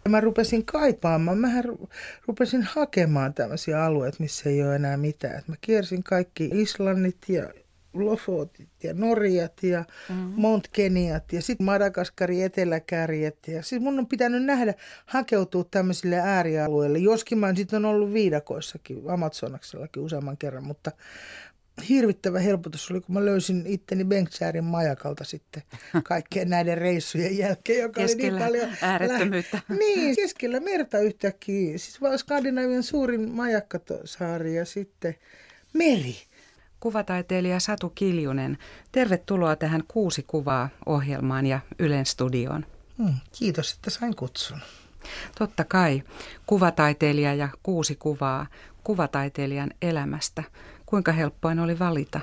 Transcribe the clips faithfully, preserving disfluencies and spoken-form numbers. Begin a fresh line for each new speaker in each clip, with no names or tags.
Mä rupesin kaipaamaan, mähän rupesin hakemaan tämmöisiä alueita, missä ei ole enää mitään. Et mä kiersin kaikki Islannit ja Lofotit ja Norjat ja mm-hmm. Mount Keniat ja sitten Madagaskarin eteläkärjet. Ja siis mun on pitänyt nähdä, hakeutua tämmöisille äärialueille. Joskin mä sitten on ollut viidakoissakin, Amazonaksellakin useamman kerran, mutta hirvittävä helpotus oli, kun mä löysin itteni Bengtsjärin majakalta sitten kaikkien näiden reissujen jälkeen, joka
keskellä
oli niin paljon
äärettömyyttä.
Lä- niin, keskellä merta yhtäkkiä. Siis vaan Skandinavian suurin majakkasaari ja sitten meri.
Kuvataiteilija Satu Kiljunen, tervetuloa tähän Kuusi kuvaa -ohjelmaan ja Ylen studioon.
Hmm, kiitos, että sain kutsun.
Totta kai. Kuvataiteilija ja kuusi kuvaa kuvataiteilijan elämästä. Kuinka helppoa oli valita?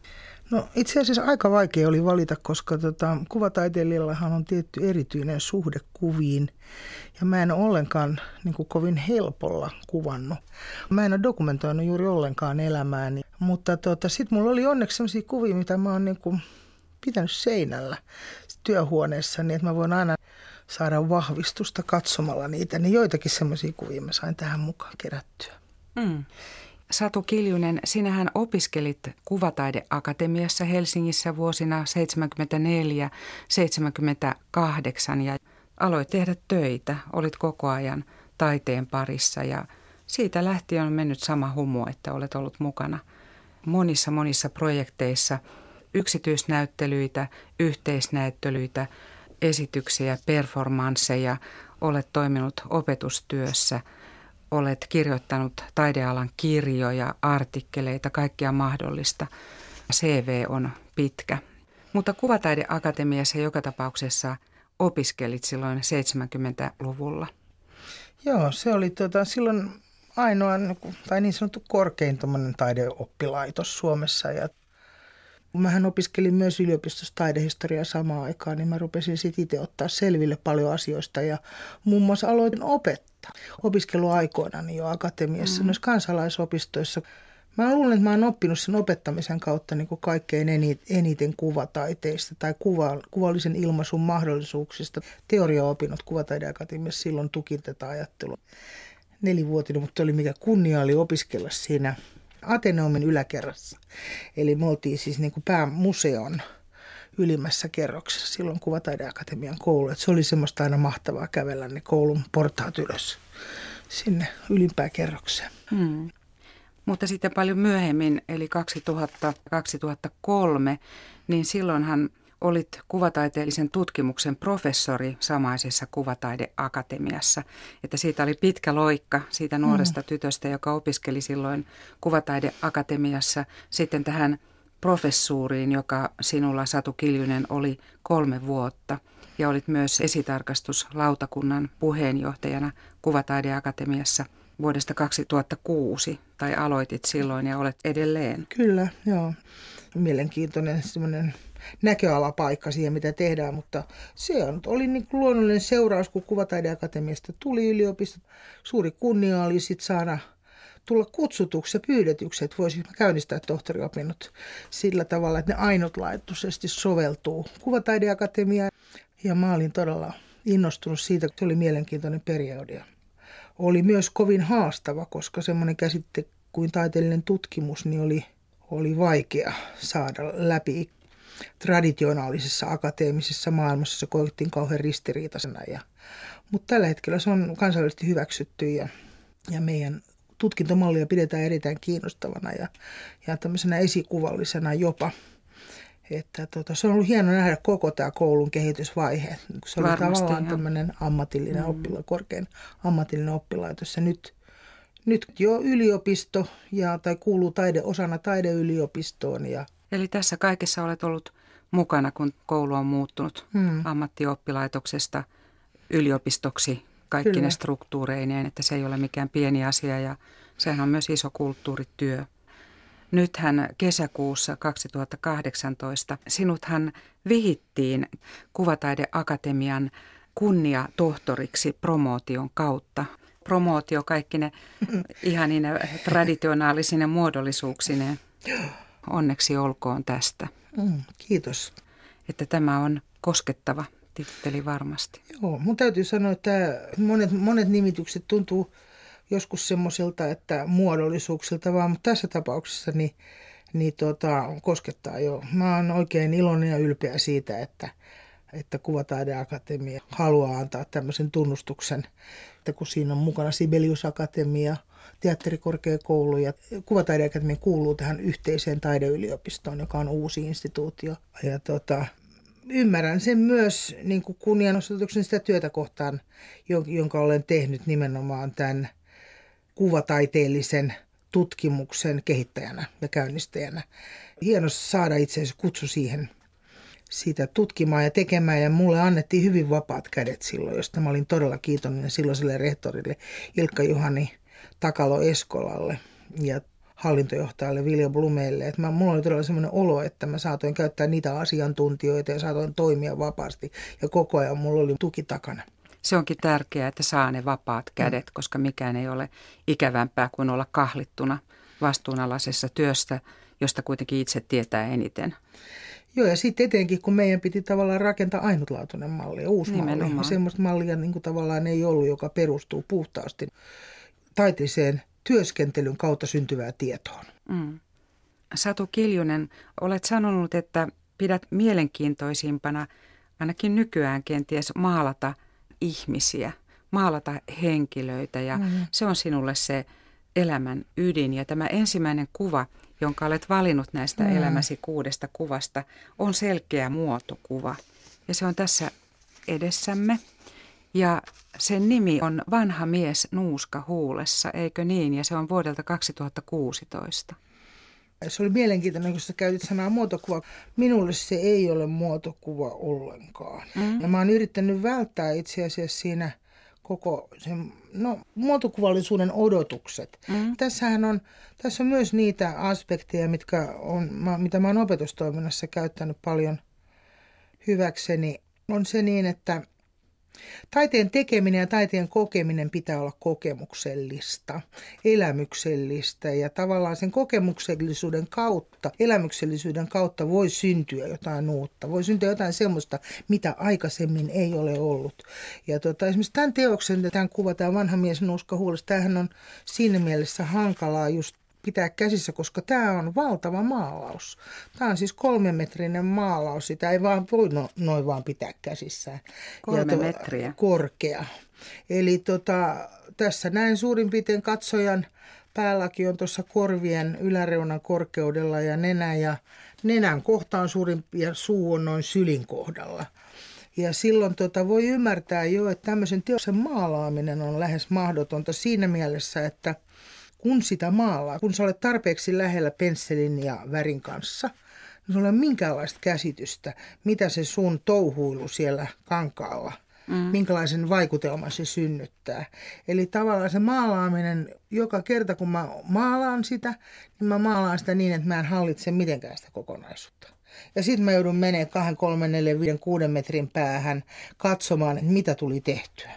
No itse asiassa aika vaikea oli valita, koska tota, kuvataiteilijallahan on tietty erityinen suhde kuviin. Ja mä en ole ollenkaan niin kuin kovin helpolla kuvannut. Mä en ole dokumentoinut juuri ollenkaan elämääni. Mutta tota, sitten mulla oli onneksi sellaisia kuvia, mitä mä oon niin kuin pitänyt seinällä työhuoneessa, niin että mä voin aina saada vahvistusta katsomalla niitä. Niin joitakin sellaisia kuvia mä sain tähän mukaan kerättyä.
Mm. Satu Kiljunen, sinähän opiskelit Kuvataideakatemiassa Helsingissä vuosina seitsemänkymmentäneljä seitsemänkymmentäkahdeksan ja aloit tehdä töitä. Olit koko ajan taiteen parissa ja siitä lähtien on mennyt sama humu, että olet ollut mukana monissa monissa projekteissa, yksityisnäyttelyitä, yhteisnäyttelyitä, esityksiä, performansseja, olet toiminut opetustyössä. Olet kirjoittanut taidealan kirjoja, artikkeleita, kaikkia mahdollista. C V on pitkä. Mutta Kuvataideakatemiassa joka tapauksessa opiskelit silloin seitsemänkymmentäluvulla.
Joo, se oli tota, silloin ainoa, tai niin sanottu korkein taideoppilaitos Suomessa. Ja mähän opiskelin myös yliopistossa taidehistoriaa samaan aikaan, niin mä rupesin sitten itse ottaa selville paljon asioista ja muun muassa aloitin opettaa opiskeluaikoinani jo akatemiassa, mm. myös kansalaisopistoissa. Mä luulen, että mä oon oppinut sen opettamisen kautta niin kuin kaikkein eniten kuvataiteista tai kuva, kuvallisen ilmaisun mahdollisuuksista. Teoriaopinnot Kuvataideakatemiassa silloin tuki tätä ajattelua. Nelivuotinen, mutta oli mikä kunnia oli opiskella siinä Ateneumin yläkerrassa. Eli me oltiin siis niin kuin päämuseon ylimmässä kerroksessa silloin Kuvataideakatemian koulu. Et se oli semmoista aina mahtavaa kävellä ne koulun portaat ylös sinne ylimpään kerrokseen.
Hmm. Mutta sitten paljon myöhemmin, eli kaksituhatta kaksituhattakolme, niin silloinhan olit kuvataiteellisen tutkimuksen professori samaisessa Kuvataideakatemiassa. Että siitä oli pitkä loikka siitä nuoresta mm. tytöstä, joka opiskeli silloin Kuvataideakatemiassa, sitten tähän professuuriin, joka sinulla, Satu Kiljunen, oli kolme vuotta. Ja olit myös esitarkastuslautakunnan puheenjohtajana Kuvataideakatemiassa vuodesta kaksituhattakuusi, tai aloitit silloin ja olet edelleen.
Kyllä, joo. Mielenkiintoinen semmoinen näköalapaikka siihen, mitä tehdään, mutta se oli niin kuin luonnollinen seuraus, kun Kuvataideakatemiasta tuli yliopisto. Suuri kunnia oli sitten saada tulla kutsutuksi ja pyydetyksi, että voisi käynnistää tohtoriopinnot sillä tavalla, että ne ainutlaatuisesti soveltuu Kuvataideakatemiaan. Ja mä olin todella innostunut siitä, että se oli mielenkiintoinen periodi. Oli myös kovin haastava, koska semmoinen käsite kuin taiteellinen tutkimus niin oli, oli vaikea saada läpi. Traditionaalisessa akateemisessa maailmassa se koettiin kauhean ristiriitaisena. Ja, mutta tällä hetkellä se on kansainvälisesti hyväksytty ja, ja meidän tutkintomallia pidetään erittäin kiinnostavana ja, ja tämmöisenä esikuvallisena jopa. Että tota, se on ollut hieno nähdä koko tämä koulun kehitysvaihe. Se oli
Varmasti,
tavallaan
jo.
tämmöinen ammatillinen
mm.
oppila, korkein ammatillinen oppilaitos. Ja nyt, nyt jo yliopisto ja, tai kuuluu taide, osana taideyliopistoon. Ja
Eli tässä kaikessa olet ollut mukana, kun koulu on muuttunut hmm. ammattioppilaitoksesta yliopistoksi kaikkine struktuureineen, että se ei ole mikään pieni asia ja sehän on myös iso kulttuurityö. Nythän kesäkuussa kaksituhattakahdeksantoista sinuthan vihittiin Kuvataideakatemian kunniatohtoriksi promootion kautta. Promootio kaikkine ihanine traditionaalisine muodollisuuksineen. Onneksi olkoon tästä.
Mm, kiitos.
Että tämä on koskettava titteli varmasti.
Joo, mun täytyy sanoa, että monet, monet nimitykset tuntuu joskus semmoisilta, että muodollisuuksilta vaan, mutta tässä tapauksessa niin, niin tota, koskettaa jo. Mä oon oikein iloinen ja ylpeä siitä, että, että Kuvataideakatemia haluaa antaa tämmöisen tunnustuksen, että kun siinä on mukana Sibelius Akatemia, teatterikorkeakoulu ja Kuvataideakatemia kuuluu tähän yhteiseen taideyliopistoon, joka on uusi instituutio. Ja tota, ymmärrän sen myös niin kuin kunnianosoituksen sitä työtä kohtaan, jonka olen tehnyt nimenomaan tämän kuvataiteellisen tutkimuksen kehittäjänä ja käynnistäjänä. Hieno saada itse asiassa kutsu siihen sitä tutkimaan ja tekemään, ja mulle annettiin hyvin vapaat kädet silloin, josta mä olin todella kiitollinen silloiselle rehtorille Ilkka-Juhani Takalo-Eskolalle ja hallintojohtajalle Vilja Blumeille. Että mä, mulla oli todella semmoinen olo, että mä saatoin käyttää niitä asiantuntijoita ja saatoin toimia vapaasti, ja koko ajan mulla oli tuki takana.
Se onkin tärkeää, että saa ne vapaat kädet, mm. koska mikään ei ole ikävämpää kuin olla kahlittuna vastuunalaisessa työstä, josta kuitenkin itse tietää eniten.
Joo, ja sitten etenkin, kun meidän piti tavallaan rakentaa ainutlaatuinen malli ja uusi
Nimenomaan.
malli. Ja semmoista mallia niin kuin tavallaan ei ollut, joka perustuu puhtaasti taiteelliseen työskentelyn kautta syntyvää tietoon.
Mm. Satu Kiljunen, olet sanonut, että pidät mielenkiintoisimpana ainakin nykyään kenties maalata ihmisiä, maalata henkilöitä, ja mm. se on sinulle se elämän ydin. Ja tämä ensimmäinen kuva, jonka olet valinnut näistä mm. elämäsi kuudesta kuvasta, on selkeä muotokuva. Ja se on tässä edessämme. Ja sen nimi on Vanha mies nuuska huulessa, eikö niin? Ja se on vuodelta kaksituhattakuusitoista.
Se oli mielenkiintoinen, kun sä käytit sanaa muotokuva. Minulle se ei ole muotokuva ollenkaan. Mm. Ja mä oon yrittänyt välttää itse asiassa siinä koko sen, no, muotokuvallisuuden odotukset. Mm. Tässähän on, tässä on myös niitä aspekteja, mitkä on, mitä mä oon opetustoiminnassa käyttänyt paljon hyväkseni. On se niin, että taiteen tekeminen ja taiteen kokeminen pitää olla kokemuksellista, elämyksellistä, ja tavallaan sen kokemuksellisuuden kautta, elämyksellisyyden kautta voi syntyä jotain uutta. Voi syntyä jotain semmoista, mitä aikaisemmin ei ole ollut. Ja tota, esimerkiksi tämän teoksen, tämän kuva, tämä Vanha mies nuuska huulessa, tämähän on siinä mielessä hankalaa just pitää käsissä, koska tämä on valtava maalaus. Tämä on siis kolmemetrinen maalaus. Sitä ei vaan voi no, noin vaan pitää käsissään.
Kolme
ja to,
metriä.
Korkea. Eli tota, tässä näin suurin piirtein katsojan päälläkin on tuossa korvien yläreunan korkeudella ja nenä ja nenän kohta on suurin ja suu on noin sylin kohdalla. Ja silloin tota, voi ymmärtää jo, että tämmöisen teoksen maalaaminen on lähes mahdotonta siinä mielessä, että kun sitä maalaa, kun sä olet tarpeeksi lähellä pensselin ja värin kanssa, niin sulla ei ole minkäänlaista käsitystä, mitä se sun touhuilu siellä kankaalla, mm. minkälaisen vaikutelman se synnyttää. Eli tavallaan se maalaaminen, joka kerta kun mä maalaan sitä, niin mä maalaan sitä niin, että mä en hallitse mitenkään sitä kokonaisuutta. Ja sitten mä joudun menemään kahden, kolmen, neljän, viiden, kuuden metrin päähän katsomaan, että mitä tuli tehtyä.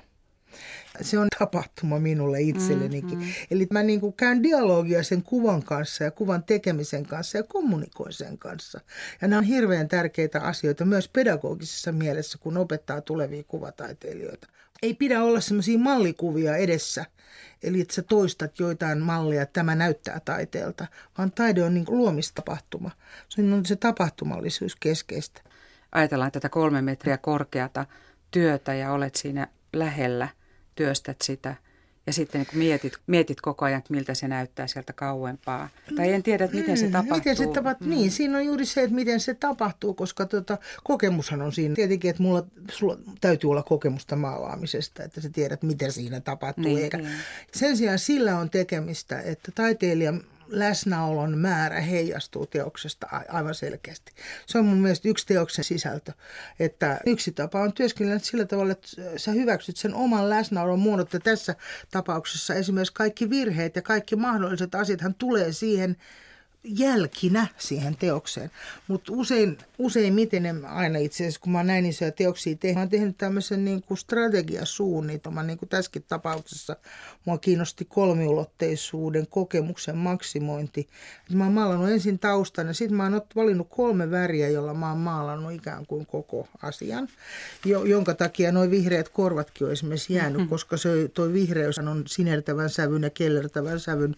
Se on tapahtuma minulle itsellenikin. Mm-hmm. Eli mä niin kuin käyn dialogia sen kuvan kanssa ja kuvan tekemisen kanssa ja kommunikoin sen kanssa. Ja nämä on hirveän tärkeitä asioita myös pedagogisessa mielessä, kun opettaa tulevia kuvataiteilijoita. Ei pidä olla semmoisia mallikuvia edessä, eli että sä toistat joitain mallia, että tämä näyttää taiteelta, vaan taide on niin kuin luomistapahtuma. Se on se tapahtumallisuus keskeistä.
Ajatellaan tätä kolme metriä korkeata työtä ja olet siinä lähellä. Työstät sitä ja sitten kun mietit, mietit koko ajan, että miltä se näyttää sieltä kauempaa. Tai en tiedä, että miten se tapahtuu.
Miten se tapahtuu? Mm. Niin, siinä on juuri se, että miten se tapahtuu, koska tota, kokemushan on siinä. Tietenkin, että mulla, sulla täytyy olla kokemusta maalaamisesta, että sä tiedät, miten siinä tapahtuu.
Niin,
eikä.
niin.
Sen sijaan sillä on tekemistä, että taiteilijan läsnäolon määrä heijastuu teoksesta aivan selkeästi. Se on mun mielestä yksi teoksen sisältö, että yksi tapa on työskennellä sillä tavalla, että sä hyväksyt sen oman läsnäolon muodot, ja tässä tapauksessa esimerkiksi kaikki virheet ja kaikki mahdolliset asiathan tulee siihen jälkinä siihen teokseen. Mutta usein, useimmiten en aina itse asiassa, kun mä näin isoja teoksia tehnyt, mä oon tehnyt tämmöisen niin kuin strategiasuunnitelman, niin kuin tässäkin tapauksessa. Mua kiinnosti kolmiulotteisuuden kokemuksen maksimointi. Et mä oon maalannut ensin taustan ja sitten mä oon valinnut kolme väriä, jolla mä oon maalannut ikään kuin koko asian, jo, jonka takia nuo vihreät korvatkin on esimerkiksi jäänyt, mm-hmm. koska se, toi vihreys on sinertävän sävyn ja kellertävän sävyn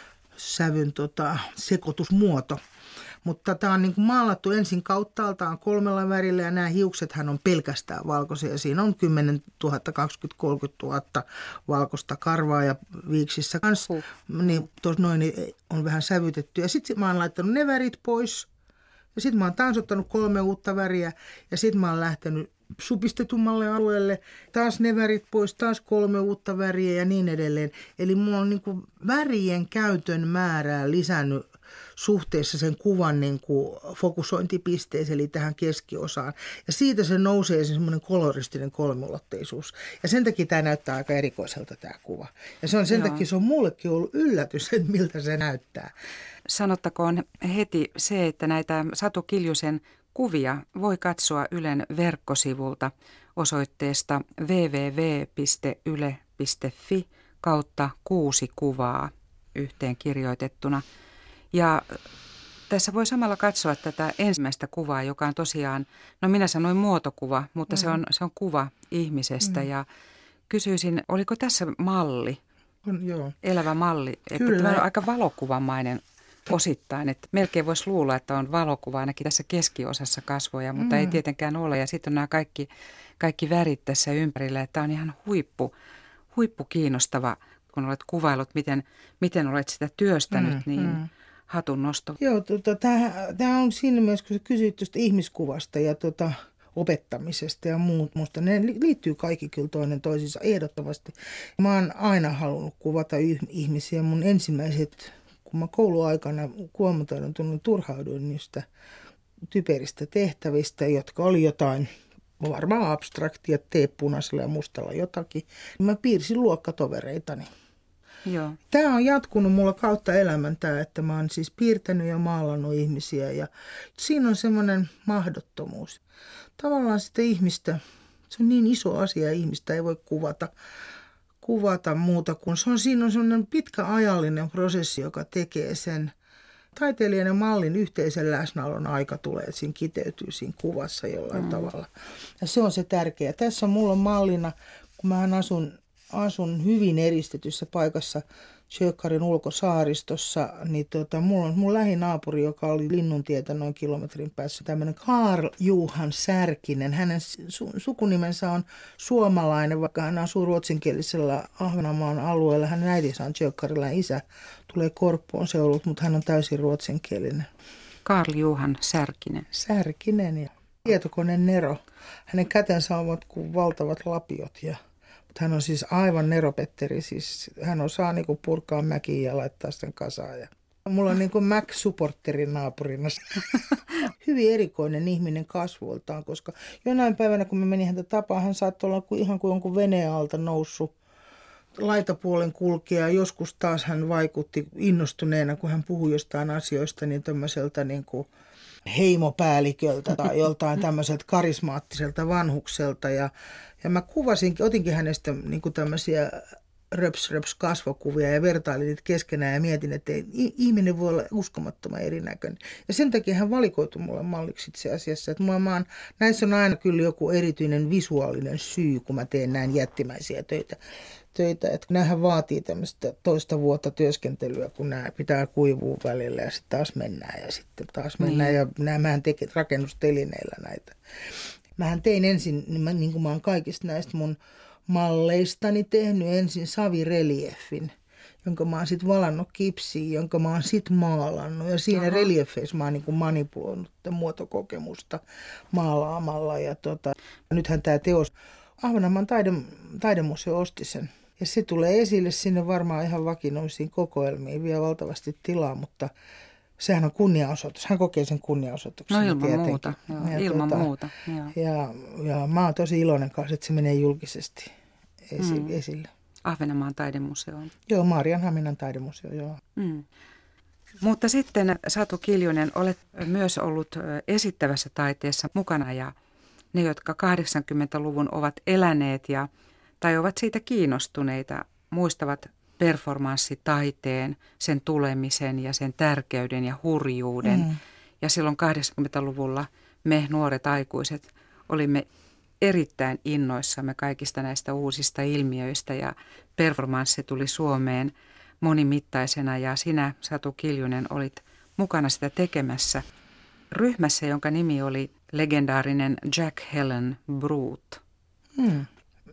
sävyn tota, sekoitusmuoto. Mutta tämä on niin kuin maalattu ensin kauttaaltaan kolmella värillä ja nämä hiuksethan on pelkästään valkoisia. Siinä on kymmenen tuhatta, kaksikymmentä kolmekymmentä tuhatta valkoista karvaa ja viiksissä kanssa. Uh. Niin, tos noin niin on vähän sävytetty. Ja sitten mä oon laittanut ne värit pois. Ja sitten mä oon tansottanut kolme uutta väriä. Ja sitten mä oon lähtenyt supistetummalle alueelle, taas ne värit pois, taas kolme uutta väriä ja niin edelleen. Eli mulla on niin kuin värien käytön määrää lisännyt suhteessa sen kuvan niin kuin fokusointipisteeseen, eli tähän keskiosaan. Ja siitä se nousee se semmoinen koloristinen kolmiulotteisuus. Ja sen takia tämä näyttää aika erikoiselta tämä kuva. Ja se on sen Joo. takia se on mullekin ollut yllätys, että miltä se näyttää.
Sanottakoon heti se, että näitä Satu Kiljusen kuvia voi katsoa Ylen verkkosivulta osoitteesta double-u double-u double-u piste yle piste fi kautta kuusi kuvaa yhteen kirjoitettuna. Ja tässä voi samalla katsoa tätä ensimmäistä kuvaa, joka on tosiaan, no minä sanoin muotokuva, mutta mm. se, on, se on kuva ihmisestä. Mm. Ja kysyisin, oliko tässä malli,
on, joo.
elävä malli, että tämä on aika valokuvamainen osittain, että melkein voisi luulla, että on valokuva ainakin tässä keskiosassa kasvoja, mutta mm. ei tietenkään ole. Ja sitten on nämä kaikki, kaikki värit tässä ympärillä, että tämä on ihan huippu, huippu kiinnostava, kun olet kuvaillut, miten, miten olet sitä työstänyt, mm, niin mm. hatun nosto.
Joo, tota, tämä on siinä mielessä, kun sä kysyit tuosta ihmiskuvasta ja tota, opettamisesta ja muut, musta ne liittyy kaikki kyllä toinen toisiinsa ehdottomasti. Mä oon aina halunnut kuvata ihmisiä. Mun ensimmäiset, kun mä kouluaikana kuvaamataidon tunnen, turhauduin niistä typeristä tehtävistä, jotka oli jotain varmaan abstraktia, tee punaisella ja mustalla jotakin. Mä piirsin luokkatovereitani.
Joo. Tämä
on jatkunut mulla kautta elämän tämä, että mä oon siis piirtänyt ja maalannut ihmisiä ja siinä on semmoinen mahdottomuus. Tavallaan sitä ihmistä, se on niin iso asia, ihmistä ei voi kuvata, kuvata muuta kuin se on, siinä on semmoinen pitkäajallinen prosessi, joka tekee sen. Taiteilijan ja mallin yhteisen läsnäolon aika tulee, että siinä kiteytyy siinä kuvassa jollain mm. tavalla. Ja se on se tärkeä. Tässä on mulla mallina, kun mä asun, asun hyvin eristetyssä paikassa Tjökkarin ulkosaaristossa, niin tota, mulla on mun lähinaapuri, joka oli Linnuntietä noin kilometrin päässä, tämmöinen Karl Johan Särkinen. Hänen su- sukunimensä on suomalainen, vaikka hän asuu ruotsinkielisellä Ahvenanmaan alueella. Hänen äitinsä on Tjökkarilla ja isä tulee Korppoon seulut, mutta hän on täysin ruotsinkielinen.
Karl Johan Särkinen.
Särkinen ja tietokoneen Nero. Hänen kätensä ovat kuin valtavat lapiot ja mutta hän on siis aivan neropetteri, siis hän osaa niinku purkaa mäkiä ja laittaa sen kasaan. Ja mulla on niinku Mac-supporterin naapurina. Hyvin erikoinen ihminen kasvuiltaan, koska jonain päivänä kun mä menin häntä tapaan, hän saattoi olla ihan kuin jonkun veneen alta noussut laitapuolen kulkija. Joskus taas hän vaikutti innostuneena, kun hän puhui jostain asioista, niin tämmöiseltä niinku heimopäälliköltä tai joltain tämmöiseltä karismaattiselta vanhukselta. Ja, ja mä kuvasinkin, otinkin hänestä niin kuin tämmöisiä röps, röps kasvokuvia ja vertailin niitä keskenään ja mietin, että ei, ihminen voi olla uskomattoman erinäköinen. Ja sen takia hän valikoitui mulle malliksi itse asiassa. Että mä, mä oon, näissä on aina kyllä joku erityinen visuaalinen syy, kun mä teen näin jättimäisiä töitä. töitä. Että näähän vaatii tämmöistä toista vuotta työskentelyä, kun nämä pitää kuivua välillä ja sitten taas mennään ja sitten taas mennään. Mm. Ja nämähän tekee rakennustelineillä näitä. Mähän tein ensin, niin, mä, niin kuin mä oon kaikista näistä mun malleistani tehnyt ensin savireliefin, jonka mä oon sitten valannut kipsiin, jonka mä oon sitten maalannut. Ja siinä Aha. reliefeissä mä oon niin kuin manipuloinut muotokokemusta maalaamalla. Ja tota, nythän tämä teos, Ahvenanmaan taide, taidemuseo osti sen. Ja se tulee esille sinne varmaan ihan vakinoisiin kokoelmiin, vie valtavasti tilaa, mutta sehän on kunniaosoitus. Hän kokee sen kunniaosoituksen.
No ilman
tietenkin.
muuta. Joo, ja ilman tuota, muuta. Joo.
Ja, ja mä oon tosi iloinen kanssa, että se menee julkisesti esi- mm. esille.
Ahvenanmaan taidemuseo.
Joo, Maarianhaminan taidemuseo, joo.
Mm. Mutta sitten Satu Kiljunen, olet myös ollut esittävässä taiteessa mukana ja ne, jotka kahdeksankymmentäluvun ovat eläneet ja, tai ovat siitä kiinnostuneita, muistavat performanssitaiteen, sen tulemisen ja sen tärkeyden ja hurjuuden. Mm. Ja silloin kahdeksankymmentäluvulla me nuoret aikuiset olimme erittäin innoissamme kaikista näistä uusista ilmiöistä ja performanssi tuli Suomeen monimittaisena ja sinä, Satu Kiljunen, olit mukana sitä tekemässä ryhmässä, jonka nimi oli legendaarinen Jack Helen Brute.
Hmm.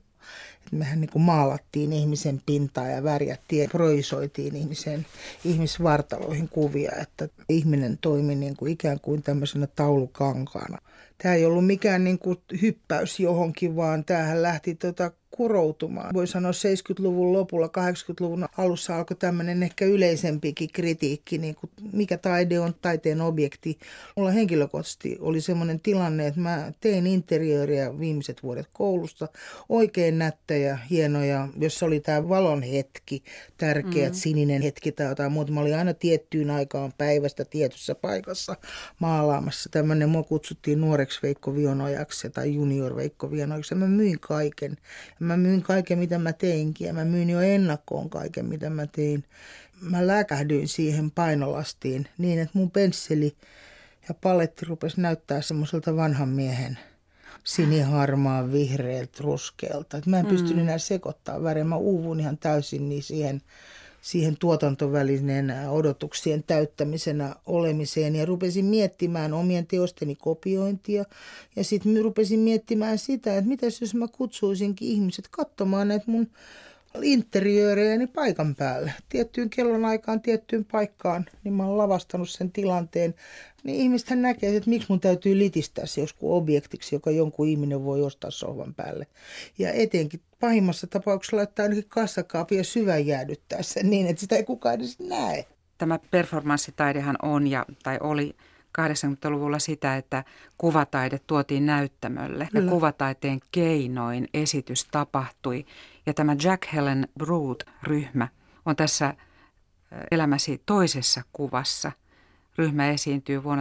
Mehän niin kuin maalattiin ihmisen pintaa ja värjättiin ja projisoitiin ihmisen, ihmisvartaloihin kuvia, että ihminen toimi niin kuin ikään kuin tämmöisenä taulukankaana. Tämä ei ollut mikään niin kuin hyppäys johonkin, vaan tämähän lähti tota kuroutumaan. Voi sanoa seitsemänkymmentäluvun lopulla, kahdeksankymmentäluvun alussa alkoi tämmöinen ehkä yleisempikin kritiikki, niin kuin mikä taide on taiteen objekti. Mulla henkilökohtaisesti oli semmoinen tilanne, että mä tein interiööriä viimeiset vuodet koulusta, oikein nättejä, hienoja, jossa oli tämä valon hetki, tärkeät mm. sininen hetki tai jotain muuta. Mä olin aina tiettyyn aikaan päivästä tietyssä paikassa maalaamassa. Tämmöinen, mua kutsuttiin nuoreksi Veikko Vionojaksi tai junior Veikko Vionojaksi. Mä myin kaiken. Mä myin kaiken, mitä mä teinkin, ja mä myin jo ennakkoon kaiken, mitä mä tein. Mä läkähdyin siihen painolastiin niin, että mun pensseli ja paletti rupesi näyttää semmoiselta vanhan miehen siniharmaan, vihreältä, ruskealta. Mä en mm. pystynyt enää sekoittamaan värejä. Mä uuvun ihan täysin niin siihen, siihen tuotantovälinen odotuksien täyttämisenä olemiseen ja rupesin miettimään omien teosteni kopiointia ja sitten rupesin miettimään sitä, että mitäs jos mä kutsuisinkin ihmiset katsomaan näitä mun interiöörejäni paikan päälle. Tiettyyn kellonaikaan, tiettyyn paikkaan, niin mä oon lavastanut sen tilanteen. Niin ihmisethän näkee, että miksi mun täytyy litistää se joskus objektiksi, joka jonkun ihminen voi ostaa sohvan päälle. Ja etenkin pahimmassa tapauksessa laittaa ainakin kassakaapin ja syvän jäädyttää sen niin, että sitä ei kukaan edes näe.
Tämä performanssitaidehan on ja, tai oli kahdeksankymmentäluvulla sitä, että kuvataide tuotiin näyttämölle. Kyllä. Ja kuvataiteen keinoin esitys tapahtui. Ja tämä Jack Helen Brute-ryhmä on tässä elämäsi toisessa kuvassa. Ryhmä esiintyy vuonna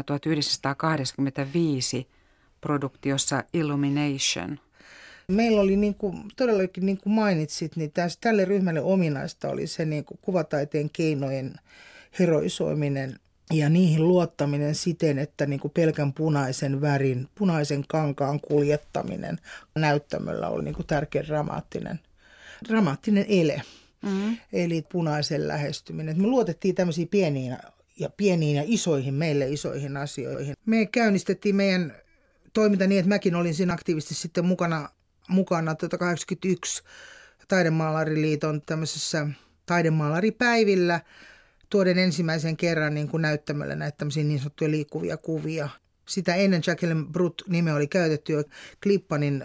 tuhatyhdeksänsataakahdeksankymmentäviisi produktiossa Illumination.
Meillä oli niin kuin, todellakin niin kuin mainitsit, niin tässä, tälle ryhmälle ominaista oli se niin kuin kuvataiteen keinojen heroisoiminen ja niihin luottaminen siten, että niin kuin pelkän punaisen värin, punaisen kankaan kuljettaminen näyttämöllä oli niin kuin tärkeä dramaattinen, dramaattinen ele. Mm-hmm. Eli punaisen lähestyminen. Me luotettiin tämmöisiin pieniin ja pieniin ja isoihin, meille isoihin asioihin. Me käynnistettiin meidän toiminta niin, että mäkin olin siinä aktiivisesti sitten mukana, mukana tuota kahdeksankymmentäyksi Taidemaalariliiton tämmöisessä taidemaalaripäivillä tuoden ensimmäisen kerran niin kuin näyttämölle näitä tämmöisiä niin sanottuja liikkuvia kuvia. Sitä ennen Jack Helen Brute-nimeä oli käytetty jo Klippanin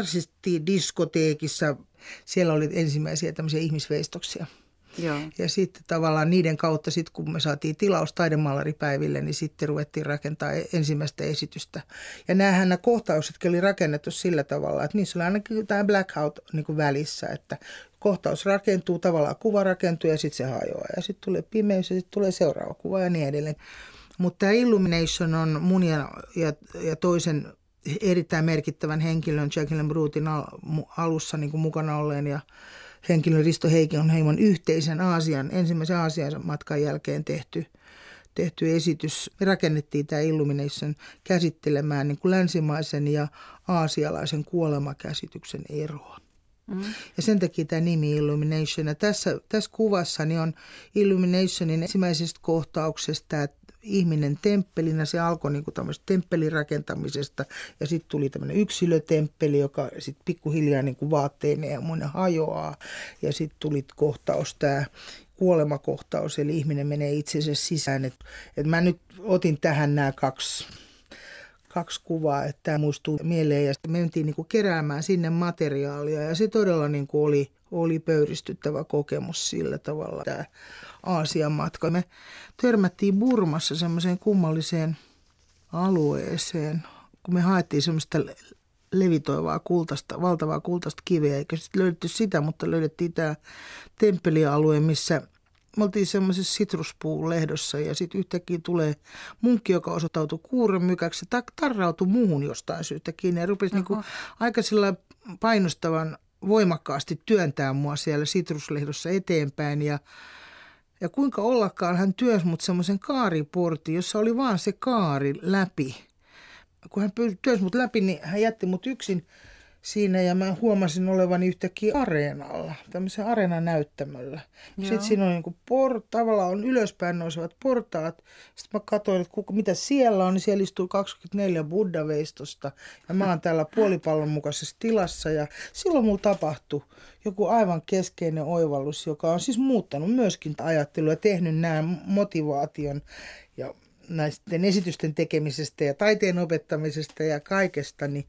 narsistidiskoteekissa. Siellä oli ensimmäisiä tämmöisiä ihmisveistoksia. Joo. Ja sitten tavallaan niiden kautta, sit, kun me saatiin tilaus taidemaalaripäiville, niin sitten ruvettiin rakentaa ensimmäistä esitystä. Ja näähän nämä kohtauksetkin oli rakennettu sillä tavalla, että niissä oli ainakin tämä blackout niin kuin välissä, että kohtaus rakentuu, tavallaan kuva rakentuu ja sitten se hajoaa. Ja sitten tulee pimeys ja sitten tulee seuraava kuva ja niin edelleen. Mutta tämä Illumination on mun ja, ja, ja toisen erittäin merkittävän henkilön, Jack Helen Brutin alussa niin kuin mukana olleen ja henkilön Risto Heikinheimon yhteisen Aasian, ensimmäisen Aasian matkan jälkeen tehty, tehty esitys. Me rakennettiin tämä Illumination käsittelemään niin kuin länsimaisen ja aasialaisen kuolemakäsityksen eroa. Mm. Ja sen takia tämä nimi Illumination. Ja tässä, tässä kuvassa niin on Illuminationin ensimmäisestä kohtauksesta tämä ihminen temppelinä. Se alkoi niin kuin tämmöisestä temppelirakentamisesta ja sitten tuli tämmöinen yksilötemppeli, joka sitten pikkuhiljaa niin kuin vaatteineen ja monen hajoaa. Ja sitten tuli kohtaus tämä kuolemakohtaus, eli ihminen menee itsensä sisään. Et, et mä nyt otin tähän nämä kaksi, kaksi kuvaa, että tämä muistuu mieleen ja sitten mentiin niin kuin keräämään sinne materiaalia ja se todella niin kuin oli, oli pöyristyttävä kokemus sillä tavalla tämä Aasian matka. Me törmättiin Burmassa semmoiseen kummalliseen alueeseen, kun me haettiin semmoista levitoivaa kultaista, valtavaa kultaista kiveä, eikä sitten löydetty sitä, mutta löydettiin tämä temppelialue, missä me oltiin semmoisessa sitruspuulehdossa ja sitten yhtäkkiä tulee munkki, joka osoittautui kuurenmykäksi ja tarrautui muuhun jostain syystä kiinni ja rupesi niinku aika sillä painostavan voimakkaasti työntää mua siellä sitruslehdossa eteenpäin ja Ja kuinka ollakaan hän työsi mut semmoisen kaariportin, jossa oli vaan se kaari läpi. Kun hän työsi mut läpi, niin hän jätti mut yksin siinä ja mä huomasin olevani yhtäkkiä areenalla, tämmöisen areenanäyttämöllä. Joo. Sitten siinä on niin kuin port, tavallaan on ylöspäin nousevat portaat. Sitten mä katsoin, että kuka, mitä siellä on, niin siellä istuu kaksikymmentäneljä buddha-veistosta. Ja mä oon täällä puolipallon mukaisessa tilassa ja silloin mulla tapahtui joku aivan keskeinen oivallus, joka on siis muuttanut myöskin ajattelua ja tehnyt nämä motivaation ja näisten esitysten tekemisestä ja taiteen opettamisesta ja kaikesta, niin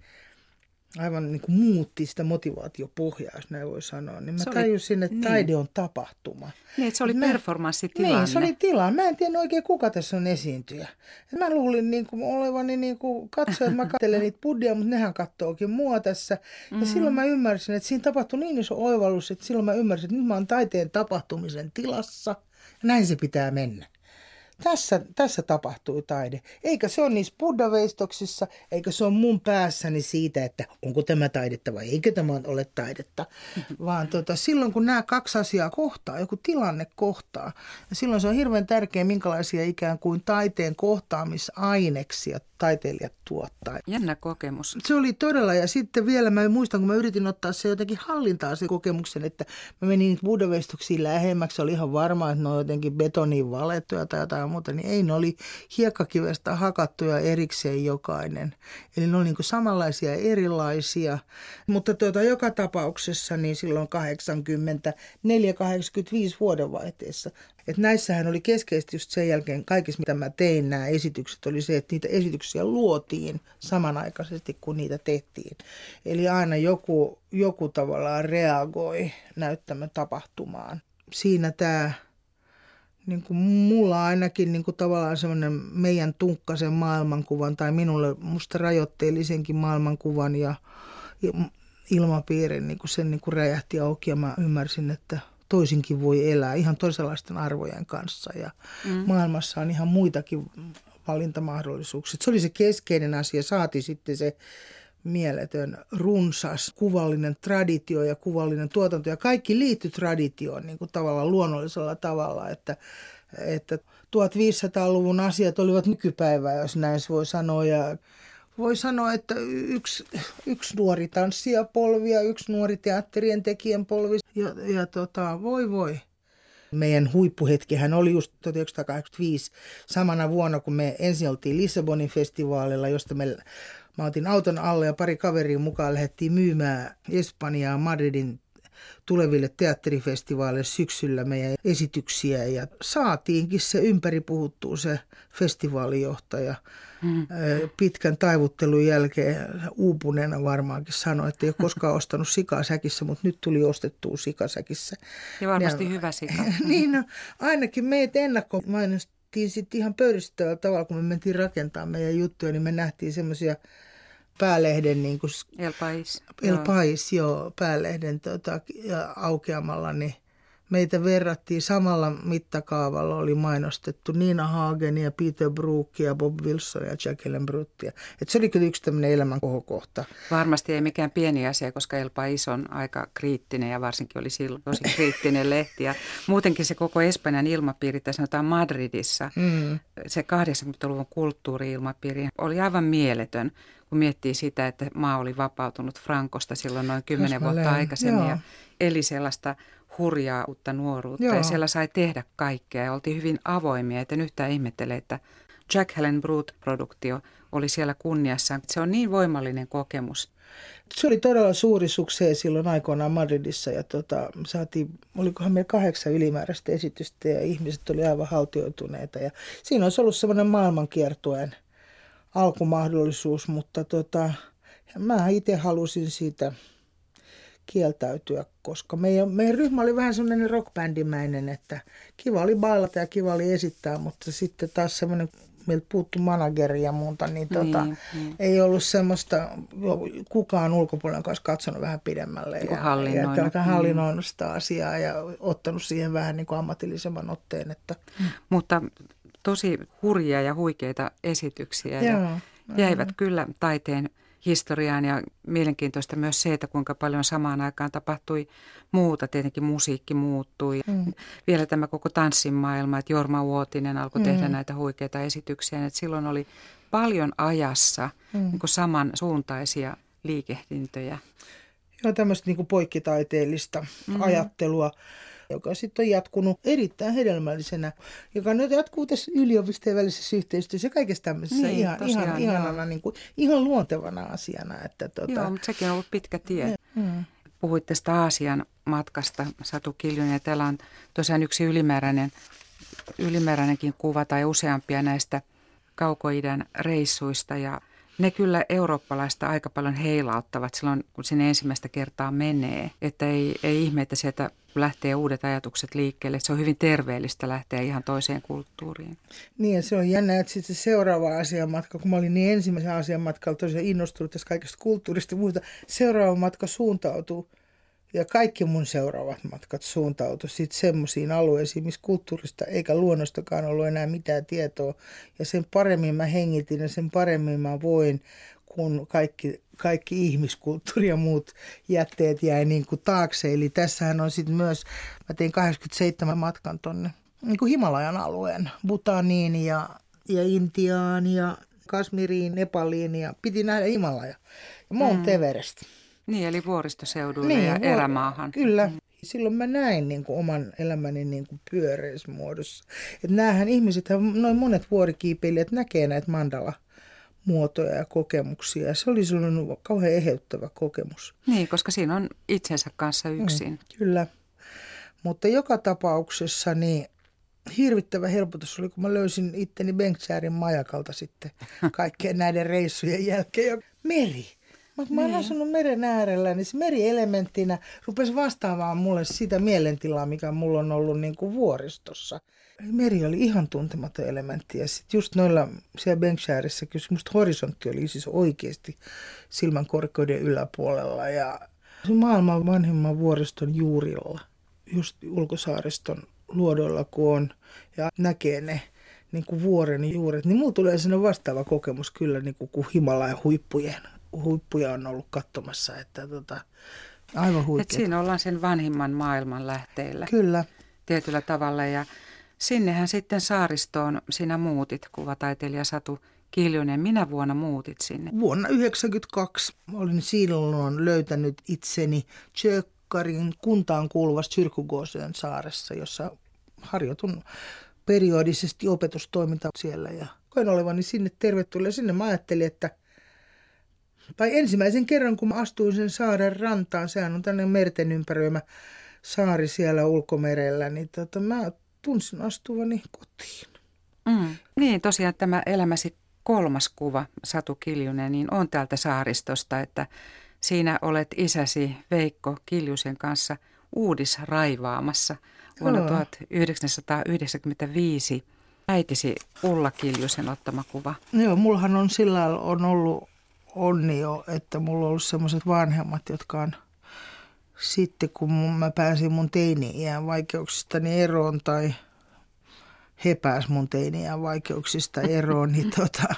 aivan niin kuin muutti sitä motivaatiopohjaa, jos näin voi sanoa. Niin mä se tajusin, oli, että niin. taide on tapahtuma.
Niin, että se oli mä, performanssitilanne.
Niin, se oli tilanne. Mä en tiedä oikein, kuka tässä on esiintyjä. Et mä luulin niin kuin olevani niin kuin katsoa, että mä katselen niitä buddhia, mutta nehän katsookin mua tässä. Ja mm-hmm. silloin mä ymmärsin, että siinä tapahtui niin iso oivallus, että silloin mä ymmärsin, että nyt mä oon taiteen tapahtumisen tilassa. Ja näin se pitää mennä. Tässä, tässä tapahtui taide. Eikä se ole niissä buddha-veistoksissa, eikä se ole mun päässäni siitä, että onko tämä taidetta vai eikö tämä ole taidetta. Vaan tota, silloin kun nämä kaksi asiaa kohtaa, joku tilanne kohtaa, ja silloin se on hirveän tärkeää, minkälaisia ikään kuin taiteen kohtaamisaineksia taiteilijat tuottaa.
Jännä kokemus.
Se oli todella, ja sitten vielä mä muistan, kun mä yritin ottaa se jotenkin hallintaan se kokemuksen, että mä menin niitä buddha-veistoksiin lähemmäksi, se oli ihan varma, että ne on jotenkin betoniin valettuja tai jotain muuta, niin ei, ne oli hiekkakivestä hakattuja erikseen jokainen. Eli ne oli niin kuin samanlaisia erilaisia, mutta tuota, joka tapauksessa niin silloin kahdeksankymmentäneljä kahdeksankymmentäviisi vuodenvaihteessa. Että näissähän oli keskeisesti just sen jälkeen kaikissa, mitä mä tein, nämä esitykset, oli se, että niitä esityksiä luotiin samanaikaisesti, kun niitä tehtiin. Eli aina joku, joku tavallaan reagoi näyttämön tapahtumaan. Siinä tämä, niin kuin mulla ainakin niin kuin tavallaan semmoinen meidän tunkkasen maailmankuvan, tai minulle musta rajoitteellisenkin maailmankuvan ja ilmapiirin, niin kuin sen niin kuin räjähti auki ja mä ymmärsin, että toisinkin voi elää ihan toisenlaisten arvojen kanssa ja mm. maailmassa on ihan muitakin valintamahdollisuuksia. Se oli se keskeinen asia, saati sitten se mieletön, runsas, kuvallinen traditio ja kuvallinen tuotanto ja kaikki liittyi traditioon niin kuin tavallaan luonnollisella tavalla, että, että tuhatviisisataaluvun asiat olivat nykypäivää, jos näin voi sanoa ja voi sanoa, että yksi, yksi nuori tanssijapolvi ja yksi nuori teatterien tekijän polvi. Ja, ja tota, voi voi. Meidän huippuhetkihän oli just tuhatyhdeksänsataakahdeksankymmentäviisi samana vuonna, kun me ensin oltiin Lissabonin festivaalilla, josta me, mä otin auton alle ja pari kaveria mukaan lähdettiin myymään Espanjaa Madridin tuleville teatterifestivaaleille syksyllä meidän esityksiä ja saatiinkin se ympäri puhuttuu se festivaalijohtaja. Mm. Pitkän taivuttelun jälkeen uupuneena varmaankin sanoi, että ei ole koskaan ostanut sikaa säkissä, mutta nyt tuli ostettua sikasäkissä.
Ja varmasti ja, hyvä sika.
Niin, no, ainakin meitä ennakkomainostiin sitten ihan pöyristyttävällä tavalla, kun me mentiin rakentamaan meidän juttuja, niin me nähtiin semmoisia päälehden niin kuin
El País.
El País, joo, joo päälehden tota, ja aukeamalla, niin meitä verrattiin samalla mittakaavalla, oli mainostettu Nina Hagenia, Peter Brookia, Bob Wilson ja Jacqueline Bruttia. Että se oli kyllä yksi tämmöinen elämän kohokohta.
Varmasti ei mikään pieni asia, koska El País on aika kriittinen ja varsinkin oli silloin tosi kriittinen lehti. Ja muutenkin se koko Espanjan ilmapiiri, tai sanotaan Madridissa, mm. se kahdeksankymmentäluvun kulttuuri-ilmapiiri oli aivan mieletön, kun miettii sitä, että maa oli vapautunut Frankosta silloin noin kymmenen vuotta aikaisemmin ja eli sellaista hurjaa uutta nuoruutta. Joo. Ja siellä sai tehdä kaikkea ja oltiin hyvin avoimia. Et en yhtään ihmettele, että Jacqueline Brut-produktio oli siellä kunniassa. Se on niin voimallinen kokemus.
Se oli todella suuri suksee silloin aikoinaan Madridissa ja tota, saatiin, olikohan meillä kahdeksan ylimääräistä esitystä ja ihmiset oli aivan haltioituneita. Ja siinä olisi ollut semmoinen maailmankiertueen alkumahdollisuus, mutta tota, mä itse halusin siitä kieltäytyä, koska meidän, meidän ryhmä oli vähän semmoinen rockbändimäinen, että kiva oli bailata ja kiva oli esittää, mutta sitten taas semmoinen meiltä puuttu manageri ja muuta, niin, tota,
niin, niin.
ei ollut semmoista, kukaan ulkopuolella kanssa katsonut vähän pidemmälle ja,
hallinnoinut.
ja hallinnoinut sitä asiaa ja ottanut siihen vähän niin kuin ammatillisemman otteen. Että.
Mutta tosi hurjia ja huikeita esityksiä
Joo,
ja jäivät mm. kyllä taiteen historiaan ja mielenkiintoista myös se, että kuinka paljon samaan aikaan tapahtui muuta. Tietenkin musiikki muuttui. Mm. Vielä tämä koko tanssin maailma, että Jorma Uotinen alkoi mm. tehdä näitä huikeita esityksiä. Että silloin oli paljon ajassa mm. niin kuin samansuuntaisia liikehdintöjä.
Joo, tämmöistä niin kuin poikkitaiteellista mm-hmm. ajattelua, joka sitten on jatkunut erittäin hedelmällisenä, joka nyt jatkuu tässä yliopistojen välisessä yhteistyössä ja kaikessa tämmöisessä niin, ihan, tosiaan, ihan, ihanana, niin kuin, ihan luontevana asiana. Että, tuota...
Joo, mutta sekin on ollut pitkä tie. Mm. Puhuit tästä Aasian matkasta, Satu Kiljunen, ja täällä on tosiaan yksi ylimääräinen, ylimääräinenkin kuva tai useampia näistä Kaukoidän reissuista ja ne kyllä eurooppalaista aika paljon heilauttavat silloin, kun sinne ensimmäistä kertaa menee. Että ei, ei ihme, että sieltä lähtee uudet ajatukset liikkeelle. Se on hyvin terveellistä lähteä ihan toiseen kulttuuriin.
Niin ja se on jännä, että sitten se seuraava asianmatka, kun mä olin niin ensimmäisen asianmatkalla tosiaan innostunut tästä kaikesta kulttuurista ja muuta, seuraava matka suuntautuu. Ja kaikki mun seuraavat matkat suuntautu sitten semmoisiin alueisiin, missä kulttuurista eikä luonnostakaan ollut enää mitään tietoa. Ja sen paremmin mä hengitin ja sen paremmin mä voin, kun kaikki, kaikki ihmiskulttuuri ja muut jätteet jäi niin kuin taakse. Eli tässähän on sitten myös, mä tein kahdeksankymmentäseitsemän matkan tonne niin kuin Himalajan alueen, Bhutaniin ja, ja Intiaan ja Kasmiriin, Nepaliin ja piti nähdä Himalaja ja Mount Everest.
Niin, eli vuoristoseuduille niin, ja vuor- erämaahan.
Kyllä. Mm. Silloin mä näin niin kuin oman elämäni niin kuin pyöreässä muodossa. Että näähän ihmiset, noin monet vuorikiipeilijät näkee näitä mandala-muotoja ja kokemuksia. Ja se oli silloin kauhean eheyttävä kokemus.
Niin, koska siinä on itsensä kanssa yksin.
Mm, kyllä. Mutta joka tapauksessa niin hirvittävä helpotus oli, kun mä löysin itteni Bengtsäärin majakalta sitten kaikkien näiden reissujen jälkeen. Meri. Mutta mä oon asunut meren äärellä, niin se merielementtinä rupesi vastaamaan mulle sitä mielentilaa, mikä mulla on ollut niin kuin vuoristossa. Meri oli ihan tuntematon elementti ja sitten just noilla siellä Bengtsäärissä, kyllä musta horisontti oli siis oikeasti silmän korkeuden yläpuolella ja se maailman vanhimman vuoriston juurilla, just ulkosaariston luodoilla kun on ja näkee ne niin kuin vuoren juuret, niin mulla tulee sellainen vastaava kokemus kyllä niin kuin, kuin Himalajan huippujen. Huippuja on ollut katsomassa, että tota, aivan huikeeta.
Et siinä ollaan sen vanhimman maailman lähteillä.
Kyllä.
Tietyllä tavalla ja sinnehän sitten saaristoon sinä muutit, kuvataiteilija Satu Kiljunen. Minä vuonna muutit sinne?
Vuonna yhdeksänkymmentäkaksi olin silloin löytänyt itseni Tjökkarin kuntaan kuuluvassa Syrkugåsen saaressa, jossa harjoitun periodisesti opetustoiminta siellä ja koin olevani sinne tervetulleen. Sinne mä ajattelin, että tai ensimmäisen kerran, kun mä astuin sen saaren rantaan, sehän on tämmöinen merten ympäröimä saari siellä ulkomerellä, niin tota, mä tunsin astuvani kotiin.
Mm. Niin, tosiaan tämä elämäsi kolmas kuva, Satu Kiljunen, niin on täältä saaristosta, että siinä olet isäsi Veikko Kiljusen kanssa uudisraivaamassa vuonna Joo. tuhatyhdeksänsataayhdeksänkymmentäviisi. Äitisi Ulla Kiljusen ottama kuva.
Joo, mullahan on sillä on ollut onni jo, että mulla on ollut sellaiset vanhemmat, jotka on sitten, kun mä pääsin mun teini-iän vaikeuksistani eroon tai he pääs mun teini-iän vaikeuksista eroon, niin tota,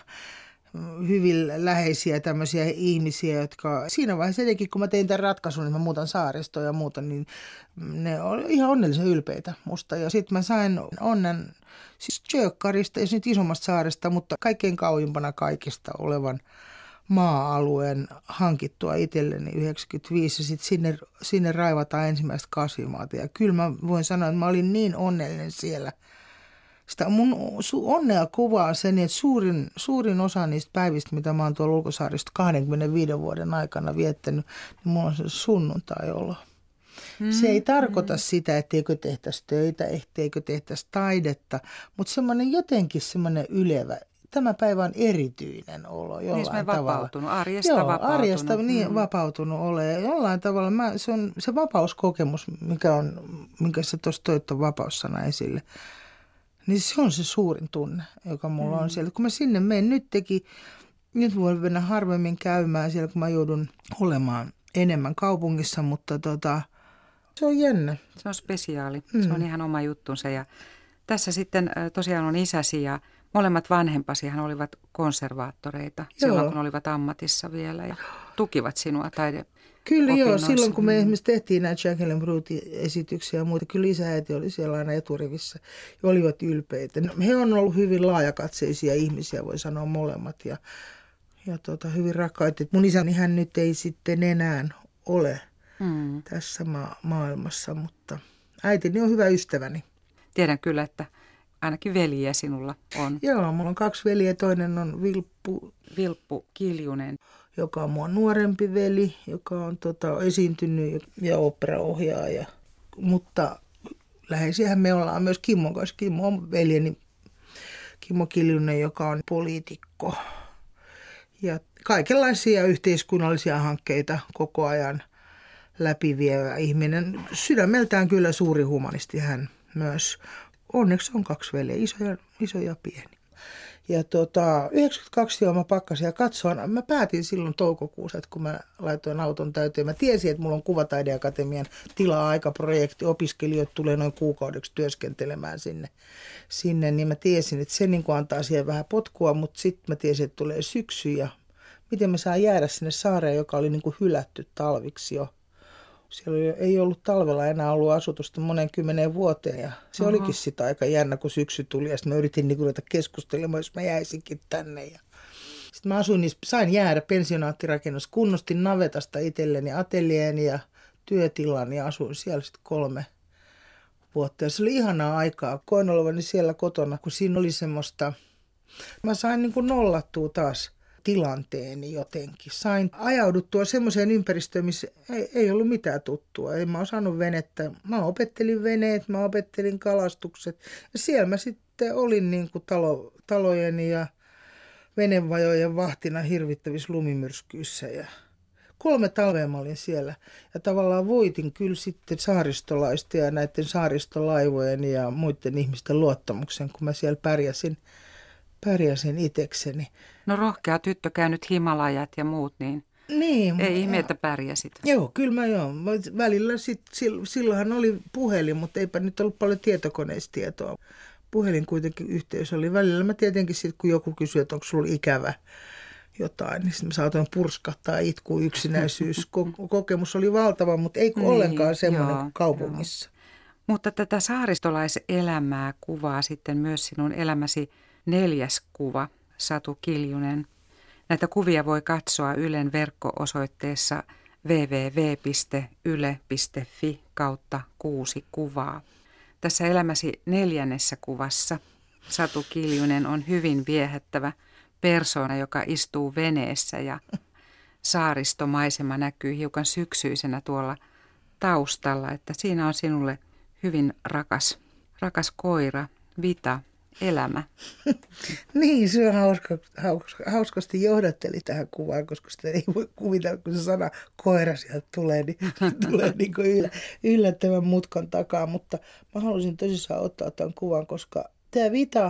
hyvin läheisiä tämmöisiä ihmisiä, jotka siinä vaiheessa etenkin, kun mä tein tämän ratkaisun, niin mä muutan saaristoon ja muuta, niin ne oli ihan onnellisen ylpeitä musta. Ja sitten mä sain onnen siis Tjökkarista, ei nyt isommasta saaresta, mutta kaikkein kauimpana kaikista olevan maa-alueen hankittua itselleni yhdeksänkymmentäviisi ja sitten sinne, sinne raivataan ensimmäistä kasvimaata. Ja kyllä mä voin sanoa, että mä olin niin onnellinen siellä. Sitä mun onnea kuvaa sen, että suurin, suurin osa niistä päivistä, mitä mä oon tuolla ulkosaarista kaksikymmentäviisi vuoden aikana viettänyt, niin mulla on se sunnuntai-olo. Mm, se ei tarkoita mm. sitä, etteikö tehtäisi töitä, etteikö tehtäisi taidetta, mutta semmoinen jotenkin semmoinen ylevä. Tämä päivä on erityinen olo jollain
niin,
tavalla.
vapautunut, arjesta
Joo,
vapautunut.
arjesta niin
mm.
vapautunut ole. Jollain tavalla mä, se on se vapauskokemus, mikä on, minkä sä tuossa toit on vapaussana esille. Niin se on se suurin tunne, joka mulla mm. on siellä. Kun mä sinne menen, nyt teki, nyt voin mennä harvemmin käymään siellä, kun mä joudun olemaan enemmän kaupungissa, mutta tota, se on jännä.
Se on spesiaali, mm. se on ihan oma juttunsa. Ja tässä sitten tosiaan on isäsi ja molemmat vanhempasihan olivat konservaattoreita joo. silloin, kun olivat ammatissa vielä ja tukivat sinua taide.
Kyllä joo, silloin kun me esimerkiksi tehtiin näitä Jacqueline Brut-esityksiä ja muita, kyllä isä ja äiti oli siellä aina eturivissä ja olivat ylpeitä. No, he on ollut hyvin laajakatseisia ihmisiä, voi sanoa molemmat ja, ja tota, hyvin rakkaita. Mun isäni hän nyt ei sitten enää ole mm. tässä ma- maailmassa, mutta äitini on hyvä ystäväni.
Tiedän kyllä, että ainakin veljiä sinulla on.
Joo, mulla on kaksi veljeä, toinen on Vilppu.
Vilppu Kiljunen.
Joka on mua nuorempi veli, joka on tota, esiintynyt ja operaohjaaja. Mutta läheisiähän me ollaan myös Kimmon kanssa. Kimmo on veljeni, Kimmo Kiljunen, joka on poliitikko. Ja kaikenlaisia yhteiskunnallisia hankkeita koko ajan läpivievä ihminen. Sydämeltään kyllä suuri humanisti hän myös. Onneksi on kaksi veljeä, iso ja, iso ja pieni. Ja tota, yhdeksänkymmentäkaksi joo mä pakkasin ja katsoin. Mä päätin silloin toukokuussa, että kun mä laitoin auton täyteen, mä tiesin, että mulla on Kuvataideakatemian tila-aikaprojekti. Opiskelijat tulee noin kuukaudeksi työskentelemään sinne, sinne, niin mä tiesin, että se niin kuin antaa siihen vähän potkua, mutta sitten mä tiesin, että tulee syksy ja miten mä saan jäädä sinne saareen, joka oli niin kuin hylätty talviksi jo. Siellä ei ollut talvella enää ollut asutusta monen kymmeneen vuoteen ja se Aha. olikin sitä aika jännä, kun syksy tuli ja sitten mä yritin niin ruveta keskustelemaan, jos mä jäisinkin tänne. Ja sitten mä asuin, niin sain jäädä pensionaattirakennus, kunnostin navetasta itselleni ateljeeni ja työtilan ja asuin siellä sitten kolme vuotta. Ja se oli ihanaa aikaa, koin olevani siellä kotona, kun siinä oli semmoista, mä sain niin kuin nollattua taas tilanteeni jotenkin. Sain ajauduttua semmoiseen ympäristöön, missä ei, ei ollut mitään tuttua. En mä osannut venettä. Mä opettelin veneet, mä opettelin kalastukset. Ja siellä mä sitten olin niin kuin talo, talojen ja venevajojen vahtina hirvittävissä lumimyrskyissä. Ja kolme talvea mä olin siellä. Ja tavallaan voitin kyllä sitten saaristolaista ja näiden saaristolaivojen ja muiden ihmisten luottamuksen, kun mä siellä pärjäsin. Pärjäsin itsekseni.
No rohkea tyttö käynyt Himalajat ja muut, niin,
niin
ei ihme, että pärjäsit.
Joo, kyllä mä joo. Välillä sit, silloinhan oli puhelin, mutta eipä nyt ollut paljon tietokoneista tietoa. Puhelin kuitenkin yhteys oli. Välillä mä tietenkin sitten, kun joku kysyi, että onko sulla ikävä jotain, niin sitten mä saatoin purskahtaa itku yksinäisyys. Kokemus oli valtava, mutta ei niin, ollenkaan semmoinen kuin kaupungissa.
Joo. Mutta tätä saaristolaiselämää kuvaa sitten myös sinun elämäsi neljäs kuva, Satu Kiljunen. Näitä kuvia voi katsoa Ylen verkko-osoitteessa double-u double-u double-u piste yle piste fi kautta kuusi kuvaa. Tässä elämäsi neljännessä kuvassa Satu Kiljunen on hyvin viehättävä persoona, joka istuu veneessä ja saaristomaisema näkyy hiukan syksyisenä tuolla taustalla, että siinä on sinulle hyvin rakas, rakas koira, Vita. Elämä.
Niin, se on hauska, hauska, hauskasti johdatteli tähän kuvaan, koska sitä ei voi kuvitella, kun se sana koira sieltä tulee, niin tulee niin kuin yllä, yllättävän mutkan takaa. Mutta mä halusin tosissaan ottaa tämän kuvan, koska tämä Vita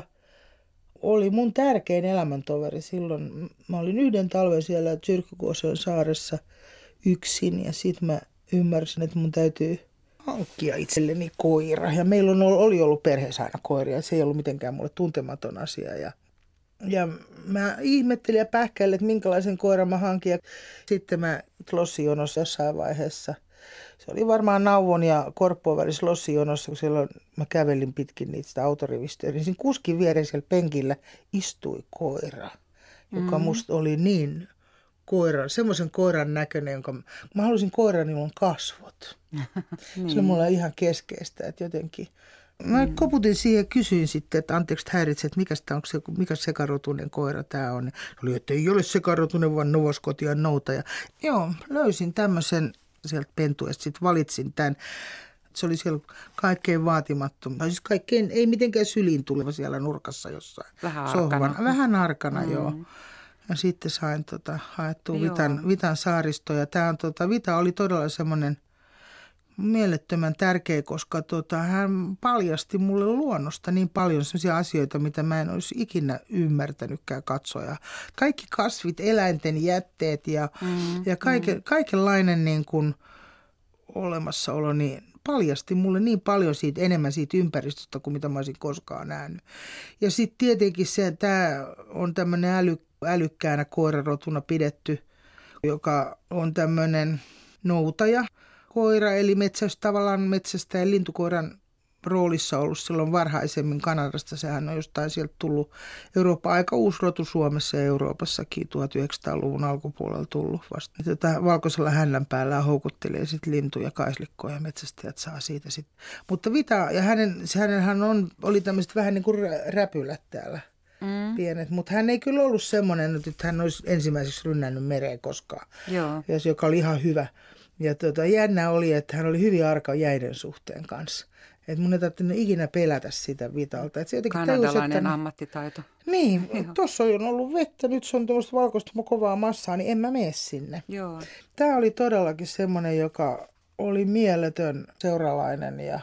oli mun tärkein elämäntoveri silloin. Mä olin yhden talven siellä Tyrkkykuosion saaressa yksin ja sitten mä ymmärsin, että mun täytyy hankkia itselleni koira. Ja meillä on, oli ollut perheessä aina koiria. Se ei ollut mitenkään mulle tuntematon asia. Ja, ja mä ihmettelin ja pähkäilin, että minkälaisen koiran mä hankin. Ja sitten mä lossijonossa jossain vaiheessa. Se oli varmaan Nauvon ja Korppoon välissä lossijonossa, kun silloin mä kävelin pitkin niitä autorivistöjä. Niin siinä kuskin vieressä siellä penkillä istui koira, joka mm. musta oli niin koiran, semmoisen koiran näköinen, jonka mä halusin koiran, niin on kasvot. niin. Se oli mulle ihan keskeistä, että jotenkin. Mä mm. koputin siihen ja kysyin sitten, että anteeksi häiritse, että mikä, onko se, mikä sekarotuinen koira tämä on. Se oli, että ei ole sekarotuinen, vaan novoskotian noutaja. Joo, löysin tämmöisen sieltä pentuesta, sitten valitsin tämän. Se oli siellä kaikkein vaatimattomin. Siis kaikkein, ei mitenkään syliin tuleva siellä nurkassa jossain.
Vähän
sohvan.
arkana.
Vähän arkana, mm. joo. Ja sitten sain tota, haettua Vitan, Vitan saaristoja. Tämä on, tota, Vita oli todella semmoinen, mielettömän tärkeä, koska tota, hän paljasti mulle luonnosta niin paljon sellaisia asioita, mitä mä en olisi ikinä ymmärtänytkään katsoa. Kaikki kasvit, eläinten jätteet ja, mm, ja kaike, mm. kaikenlainen niin kuin olemassaolo niin paljasti mulle niin paljon siitä, enemmän siitä ympäristöstä kuin mitä mä olisin koskaan nähnyt. Ja sitten tietenkin se, että tämä on tämmöinen äly, älykkäänä koirarotuna pidetty, joka on tämmöinen noutaja koira, eli metsäys, tavallaan metsästäjän lintukoiran roolissa ollut silloin varhaisemmin Kanadasta. Sehän on jostain sieltä tullut Euroopan aika uusi rotu Suomessa ja Euroopassakin tuhatyhdeksänsataaluvun alkupuolella tullut vasta. Tätä valkoisella hännän päällä houkuttelee sitten lintuja, kaislikkoja ja metsästäjät saa siitä sitten. Mutta Vita, ja hänen, hänenhän on, oli tämmöiset vähän niin kuin räpylät täällä. Mm. Pienet, mutta hän ei kyllä ollut semmoinen, että hän olisi ensimmäiseksi rynnännyt mereen koskaan,
Joo.
Ja, joka oli ihan hyvä. Ja tuota, jännä oli, että hän oli hyvin arka jäiden suhteen kanssa. Että mun ei tarvinnut ikinä pelätä sitä Vitalta. Et se
kanadalainen
tajus, että,
ammattitaito.
Niin, tuossa on ollut vettä, nyt se on tuollaista valkoista kovaa massaa, niin en mä mene sinne.
Joo.
Tämä oli todellakin semmoinen, joka oli mieletön seuralainen ja,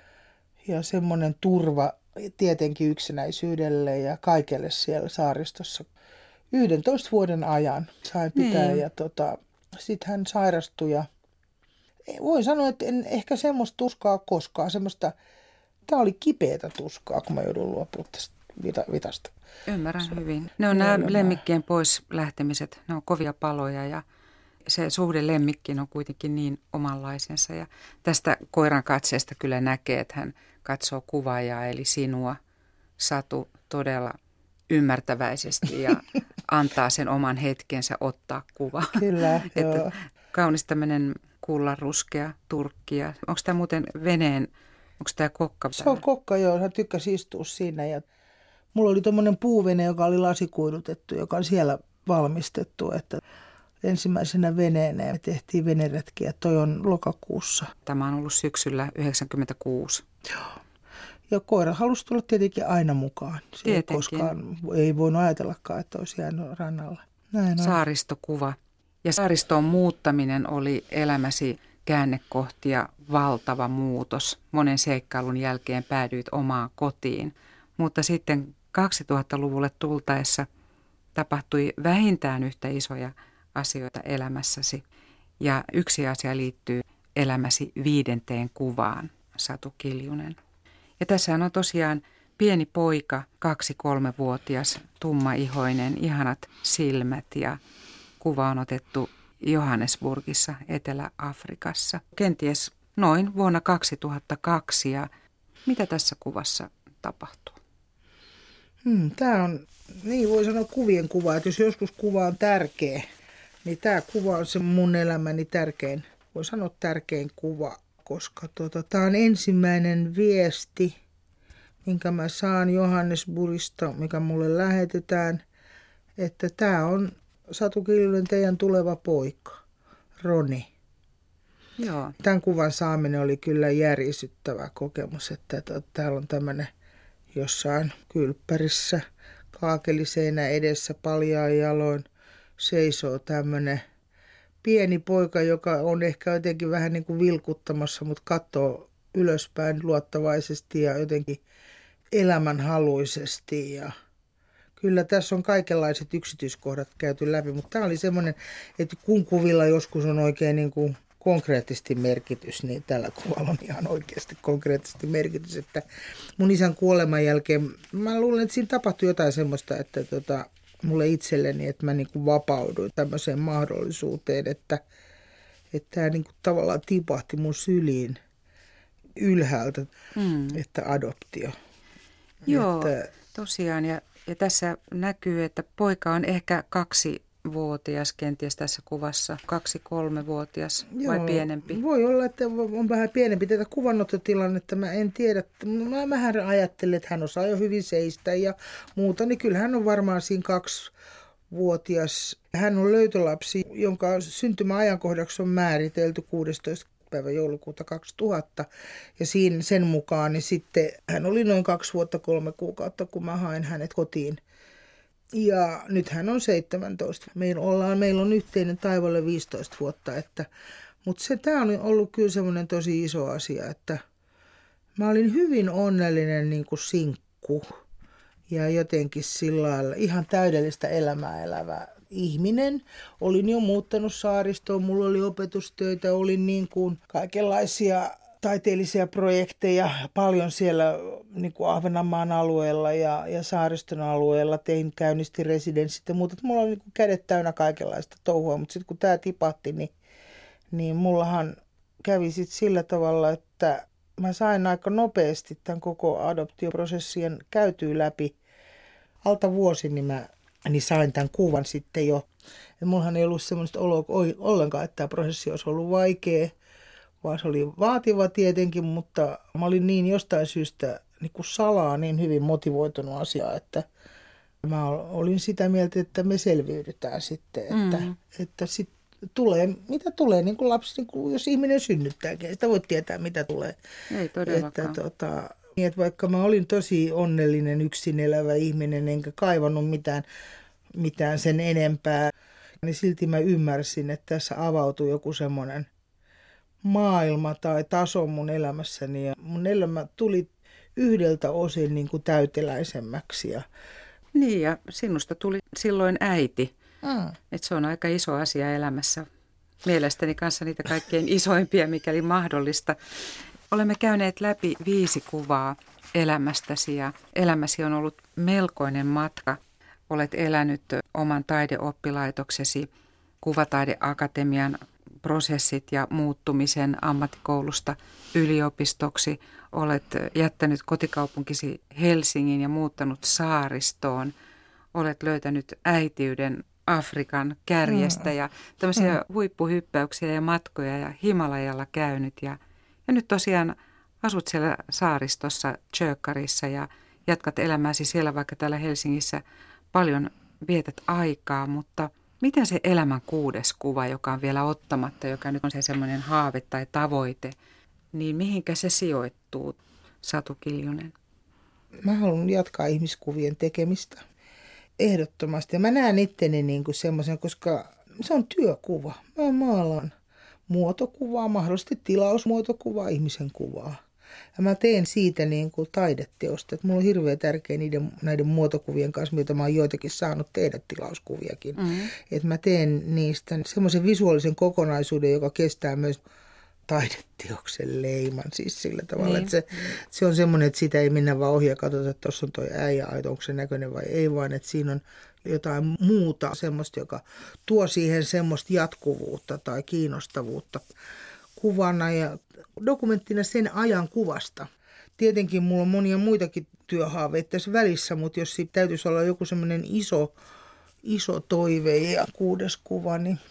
ja semmoinen turva tietenkin yksinäisyydelle ja kaikelle siellä saaristossa. yhdentoista vuoden ajan sain pitää niin. Ja tota, sitten hän sairastui ja voin sanoa, että en ehkä semmoista tuskaa koskaan. Semmoista, tämä oli kipeätä tuskaa, kun mä joudun luopumaan tästä Vitasta.
Ymmärrän se, hyvin. Ne on nämä lemmikkien pois lähtemiset. Ne on kovia paloja ja se suhde lemmikkiin on kuitenkin niin omanlaisensa. Ja tästä koiran katseesta kyllä näkee, että hän katsoo kuvaajaa eli sinua, Satu, todella ymmärtäväisesti ja antaa sen oman hetkensä ottaa kuva.
Kyllä,
että
joo.
Kaunis tämmöinen kullanruskea turkkia. Onko tämä muuten veneen, onko tämä kokka?
Se on kokka, joo. Hän tykkäsi istua siinä. Ja mulla oli tuommoinen puuvene, joka oli lasikuidutettu, joka on siellä valmistettu. Että ensimmäisenä veneenä me tehtiin veneretkiä. Toi on lokakuussa.
Tämä on ollut syksyllä yhdeksänkymmentäkuusi.
Joo. Ja koira halusi tulla tietenkin aina mukaan. Se ei koskaan, ei voinut ajatellakaan, että olisi jäänyt rannalla. Näin on.
Saaristokuva. Ja saaristoon muuttaminen oli elämäsi käännekohti ja valtava muutos. Monen seikkailun jälkeen päädyit omaan kotiin. Mutta sitten kaksituhattaluvulle tultaessa tapahtui vähintään yhtä isoja asioita elämässäsi. Ja yksi asia liittyy elämäsi viidenteen kuvaan, Satu Kiljunen. Ja tässä on tosiaan pieni poika, kaksi-kolmevuotias, tummaihoinen, ihanat silmät ja kuva on otettu Johannesburgissa, Etelä-Afrikassa. Kenties noin vuonna kaksituhattakaksi. Ja mitä tässä kuvassa tapahtuu?
Hmm, tämä on, niin voi sanoa kuvien kuva, että jos joskus kuva on tärkeä, niin tämä kuva on se mun elämäni tärkein, voi sanoa tärkein kuva, koska tota, tämä on ensimmäinen viesti, minkä mä saan Johannesburgista, mikä mulle lähetetään, että tämä on Satu Kiljunen, teidän tuleva poika, Roni.
Joo.
Tämän kuvan saaminen oli kyllä järisyttävä kokemus, että, että täällä on tämmöinen jossain kylppärissä, kaakeliseinä edessä paljaan jaloin seisoo tämmöinen pieni poika, joka on ehkä jotenkin vähän niin kuin vilkuttamassa, mutta katsoo ylöspäin luottavaisesti ja jotenkin elämänhaluisesti. Ja kyllä tässä on kaikenlaiset yksityiskohdat käyty läpi, mutta tämä oli semmoinen, että kun kuvilla joskus on oikein niin kuin konkreettisesti merkitys, niin tällä kuvalla on ihan oikeasti konkreettisesti merkitys, että mun isän kuoleman jälkeen, mä luulen, että siinä tapahtui jotain semmoista, että tota, mulle itselleni, että mä niin kuin vapauduin tämmöiseen mahdollisuuteen, että, että tämä niin kuin tavallaan tipahti mun syliin ylhäältä, mm. että adoptio.
Joo,
että,
tosiaan. Ja, ja tässä näkyy, että poika on ehkä kaksivuotias kenties tässä kuvassa. Kaksi-kolmevuotias vai joo, pienempi?
Voi olla, että on vähän pienempi. Tätä kuvannottotilannetta mä en tiedä. Mä vähän ajattelin, että hän osaa jo hyvin seistä ja muuta. Niin kyllä hän on varmaan siinä kaksivuotias. Hän on löytölapsi, jonka syntymäajankohdaksi on määritelty kuudestoista päivä joulukuuta kaksituhatta. Ja siinä sen mukaan niin sitten hän oli noin kaksi vuotta, kolme kuukautta, kun mä hain hänet kotiin. Ja nyt hän on seitsemäntoista. Meillä, ollaan, meillä on yhteinen taivalle viisitoista vuotta, että Mutta se tämä on ollut kyllä semmoinen tosi iso asia, että mä olin hyvin onnellinen niin kuin sinkku ja jotenkin sillä lailla ihan täydellistä elämää elävä ihminen. Olin jo muuttanut saaristoon, mulla oli opetustöitä, olin niin kuin kaikenlaisia taiteellisia projekteja paljon siellä niin kuin Ahvenanmaan alueella ja, ja saariston alueella. Tein, käynnistin residenssit ja muuta. Mulla oli niin kuin kädet täynnä kaikenlaista touhua, mutta sitten kun tämä tipahti, niin, niin mullahan kävi sitten sillä tavalla, että mä sain aika nopeasti tämän koko adoptioprosessien käytyä läpi. Alta vuosi niin mä niin sain tämän kuvan sitten jo. Et mullahan ei ollut semmoista oloa ollenkaan, että tämä prosessi olisi ollut vaikea, vaan se oli vaativa tietenkin, mutta mä olin niin jostain syystä niin kuin salaa niin hyvin motivoitunut asia, että mä olin sitä mieltä, että me selviydytään sitten, että, mm. että sit tulee, mitä tulee, niin kuin lapsi, niin kuin jos ihminen synnyttääkin, sitä voi tietää, mitä tulee.
Ei todellakaan.
Että, tota, niin, että vaikka mä olin tosi onnellinen yksin elävä ihminen, enkä kaivannut mitään, mitään sen enempää, niin silti mä ymmärsin, että tässä avautui joku semmoinen maailma tai taso mun elämässäni. Ja mun elämä tuli yhdeltä osin niin kuin täyteläisemmäksi. Ja
niin, ja sinusta tuli silloin äiti.
Mm.
Että se on aika iso asia elämässä. Mielestäni kanssa niitä kaikkein isoimpia, mikäli mahdollista. Olemme käyneet läpi viisi kuvaa elämästäsi ja elämäsi on ollut melkoinen matka. Olet elänyt oman taideoppilaitoksesi, Kuvataideakatemian prosessit ja muuttumisen ammattikoulusta yliopistoksi. Olet jättänyt kotikaupunkisi Helsingin ja muuttanut saaristoon. Olet löytänyt äitiyden Afrikan kärjestä ja tämmöisiä mm. huippuhyppäyksiä ja matkoja ja Himalajalla käynyt. Ja, ja nyt tosiaan asut siellä saaristossa Tjökkarissa ja jatkat elämääsi siellä, vaikka täällä Helsingissä paljon vietät aikaa. Mutta miten se elämän kuudes kuva, joka on vielä ottamatta, joka nyt on se semmoinen haave tai tavoite, niin mihinkä se sijoittuu, Satu Kiljunen?
Mä haluan jatkaa ihmiskuvien tekemistä. Ehdottomasti. Ja mä näen itteni niin kuin semmoisen, koska se on työkuva. Mä maalaan muotokuvaa, mahdollisesti tilausmuotokuvaa, ihmisen kuvaa. Ja mä teen siitä niin kuin taideteosta. Että mulla on hirveän tärkeä niiden, näiden muotokuvien kanssa, mitä mä oon joitakin saanut tehdä tilauskuviakin. Mm-hmm. Että mä teen niistä semmoisen visuaalisen kokonaisuuden, joka kestää myös taideteoksen leiman siis sillä tavalla, niin. Että se, se on semmoinen, että sitä ei mennä vaan ohi ja katsota, että tuossa on toi äijä aito, onko se näköinen vai ei, vaan että siinä on jotain muuta semmoista, joka tuo siihen semmoista jatkuvuutta tai kiinnostavuutta kuvana ja dokumenttina sen ajan kuvasta. Tietenkin mulla on monia muitakin työhaaveita tässä välissä, mutta jos siitä täytyisi olla joku semmoinen iso, iso toive ja kuudes kuva, niin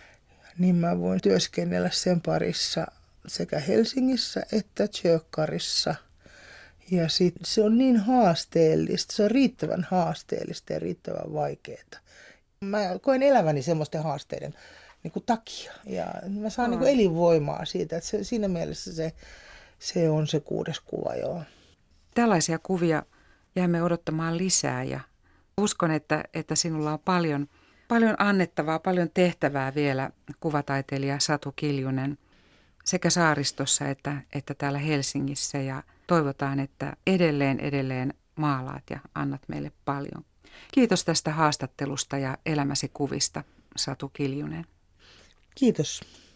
niin mä voin työskennellä sen parissa sekä Helsingissä että Tjökkarissa. Ja sit se on niin haasteellista, se on riittävän haasteellista ja riittävän vaikeaa. Mä koen eläväni semmoisten haasteiden niin kuin takia ja mä saan mm. niin kuin elinvoimaa siitä, että se, siinä mielessä se, se on se kuudes kuva, joo.
Tällaisia kuvia jäämme odottamaan lisää ja uskon, että, että sinulla on paljon Paljon annettavaa, paljon tehtävää vielä, kuvataiteilija Satu Kiljunen sekä saaristossa että, että täällä Helsingissä ja toivotaan, että edelleen edelleen maalaat ja annat meille paljon. Kiitos tästä haastattelusta ja elämäsi kuvista, Satu Kiljunen.
Kiitos.